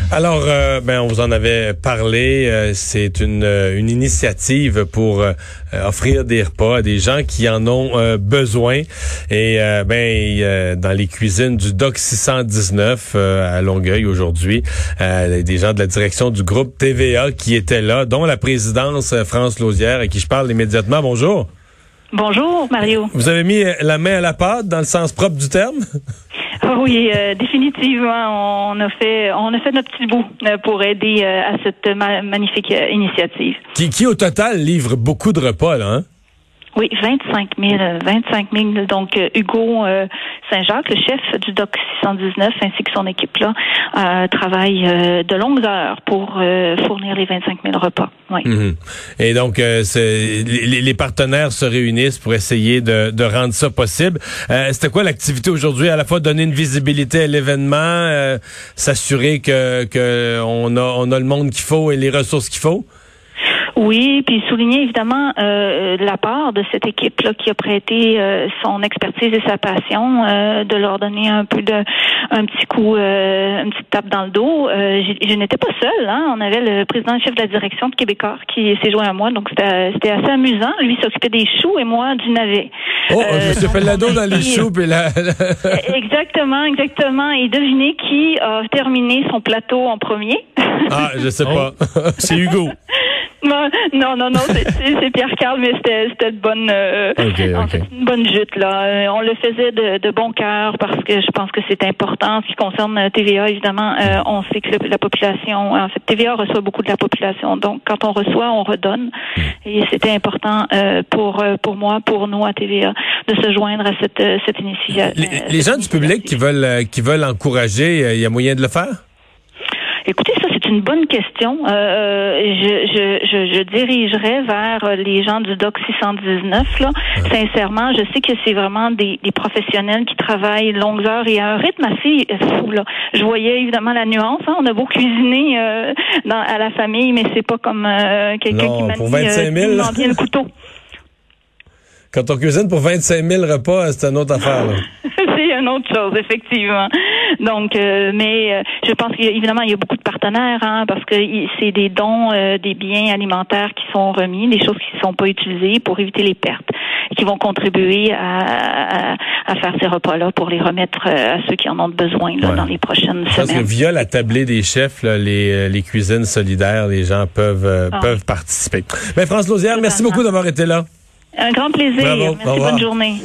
Alors, on vous en avait parlé. C'est une initiative pour offrir des repas à des gens qui en ont besoin. Et dans les cuisines du Doc 619 à Longueuil aujourd'hui, des gens de la direction du groupe TVA qui étaient là, dont la présidence France Lauzière, à qui je parle immédiatement. Bonjour. Bonjour, Mario. Vous avez mis la main à la pâte dans le sens propre du terme? Oui, définitivement. On a fait notre petit bout pour aider à cette magnifique initiative. Qui, au total, livre beaucoup de repas, là, hein? Oui, 25 000. Donc, Hugo Saint-Jacques, le chef du Doc 619, ainsi que son équipe-là, travaille de longues heures pour fournir les 25 000 repas. Oui. Mm-hmm. Et donc, les partenaires se réunissent pour essayer de rendre ça possible. C'était quoi l'activité aujourd'hui? À la fois donner une visibilité à l'événement, s'assurer que on a le monde qu'il faut et les ressources qu'il faut? Oui, puis souligner évidemment la part de cette équipe-là qui a prêté son expertise et sa passion, de leur donner un petit coup, une petite tape dans le dos. Je n'étais pas seule, hein. On avait le président et chef de la direction de Québécois qui s'est joint à moi, donc c'était assez amusant. Lui s'occupait des choux et moi du navet. Oh, je me suis fait l'ado dans les choux puis là. Exactement. Et devinez qui a terminé son plateau en premier? Ah, je sais pas. C'est Hugo. Non, c'est Pierre-Carl, mais c'était une bonne, une bonne jute, là. On le faisait de bon cœur parce que je pense que c'est important. En ce qui concerne TVA, évidemment, on sait que la population, en fait, TVA reçoit beaucoup de la population. Donc, quand on reçoit, on redonne. Et c'était important, pour moi, pour nous à TVA, de se joindre à cette initiative. Les gens du public qui veulent encourager, il y a moyen de le faire? Écoutez, ça, c'est une bonne question. Je dirigerais vers les gens du Doc 619, là. Sincèrement, je sais que c'est vraiment des professionnels qui travaillent longues heures et à un rythme assez fou, là. Je voyais évidemment la nuance, hein. On a beau cuisiner à la famille, mais c'est pas comme quelqu'un qui pour 25 000, bien le couteau. Quand on cuisine pour 25 000 repas, c'est une autre affaire, là. C'est une autre chose, effectivement. Donc, mais je pense qu'évidemment, il y a beaucoup de partenaires, hein, parce que c'est des dons, des biens alimentaires qui sont remis, des choses qui ne sont pas utilisées pour éviter les pertes, et qui vont contribuer à faire ces repas-là pour les remettre à ceux qui en ont besoin là, dans les prochaines semaines. Parce que via la tablée des chefs, là, les cuisines solidaires, les gens peuvent participer. Mais France Lauzière, merci beaucoup d'avoir été là. Un grand plaisir. Bravo. Merci, bonne journée.